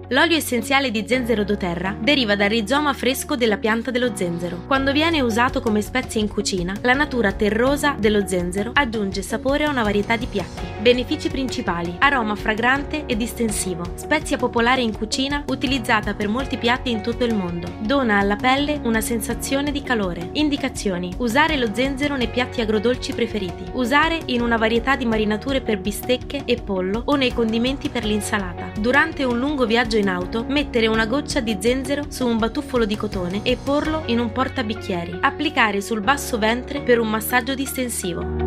L'olio essenziale di zenzero doTERRA deriva dal rizoma fresco della pianta dello zenzero. Quando viene usato come spezia in cucina, la natura terrosa dello zenzero aggiunge sapore a una varietà di piatti. Benefici principali: aroma fragrante e distensivo, spezia popolare in cucina utilizzata per molti piatti in tutto il mondo, dona alla pelle una sensazione di calore. Indicazioni: usare lo zenzero nei piatti agrodolci preferiti, usare in una varietà di marinature per bistecche e pollo o nei condimenti per l'insalata. Durante un lungo viaggio in auto, mettere una goccia di zenzero su un batuffolo di cotone e porlo in un portabicchieri. Applicare sul basso ventre per un massaggio distensivo.